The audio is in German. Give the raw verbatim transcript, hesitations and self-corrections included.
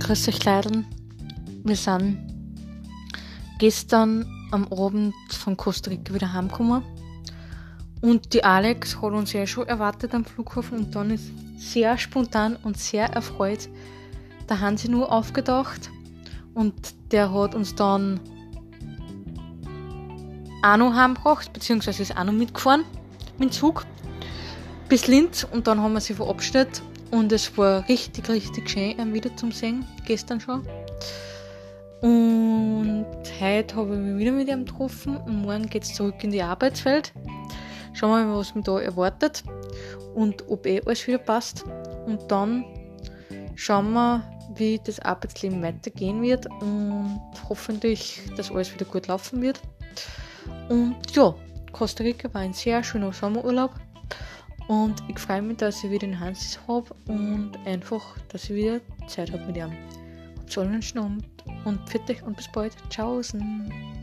Grüß euch Leidl. Wir sind gestern am Abend von Costa Rica wieder heimgekommen und die Alex hat uns ja schon erwartet am Flughafen und dann ist sehr spontan und sehr erfreut der Hansi nur aufgedacht und der hat uns dann auch noch heimgebracht, beziehungsweise ist auch noch mitgefahren mit dem Zug bis Linz und dann haben wir sie verabschiedet und es war richtig, richtig schön, ihn wieder zu sehen, gestern schon. Und heute habe ich mich wieder mit ihm getroffen und morgen geht es zurück in die Arbeitswelt. Schauen wir mal, was mich da erwartet und ob eh alles wieder passt. Und dann schauen wir, wie das Arbeitsleben weitergehen wird und hoffentlich, dass alles wieder gut laufen wird. Und ja, Costa Rica war ein sehr schöner Sommerurlaub und ich freue mich, dass ich wieder den Hansis habe und einfach, dass ich wieder Zeit habe mit ihm. Habt einen schönen Abend und für dich und bis bald. Tschaußen.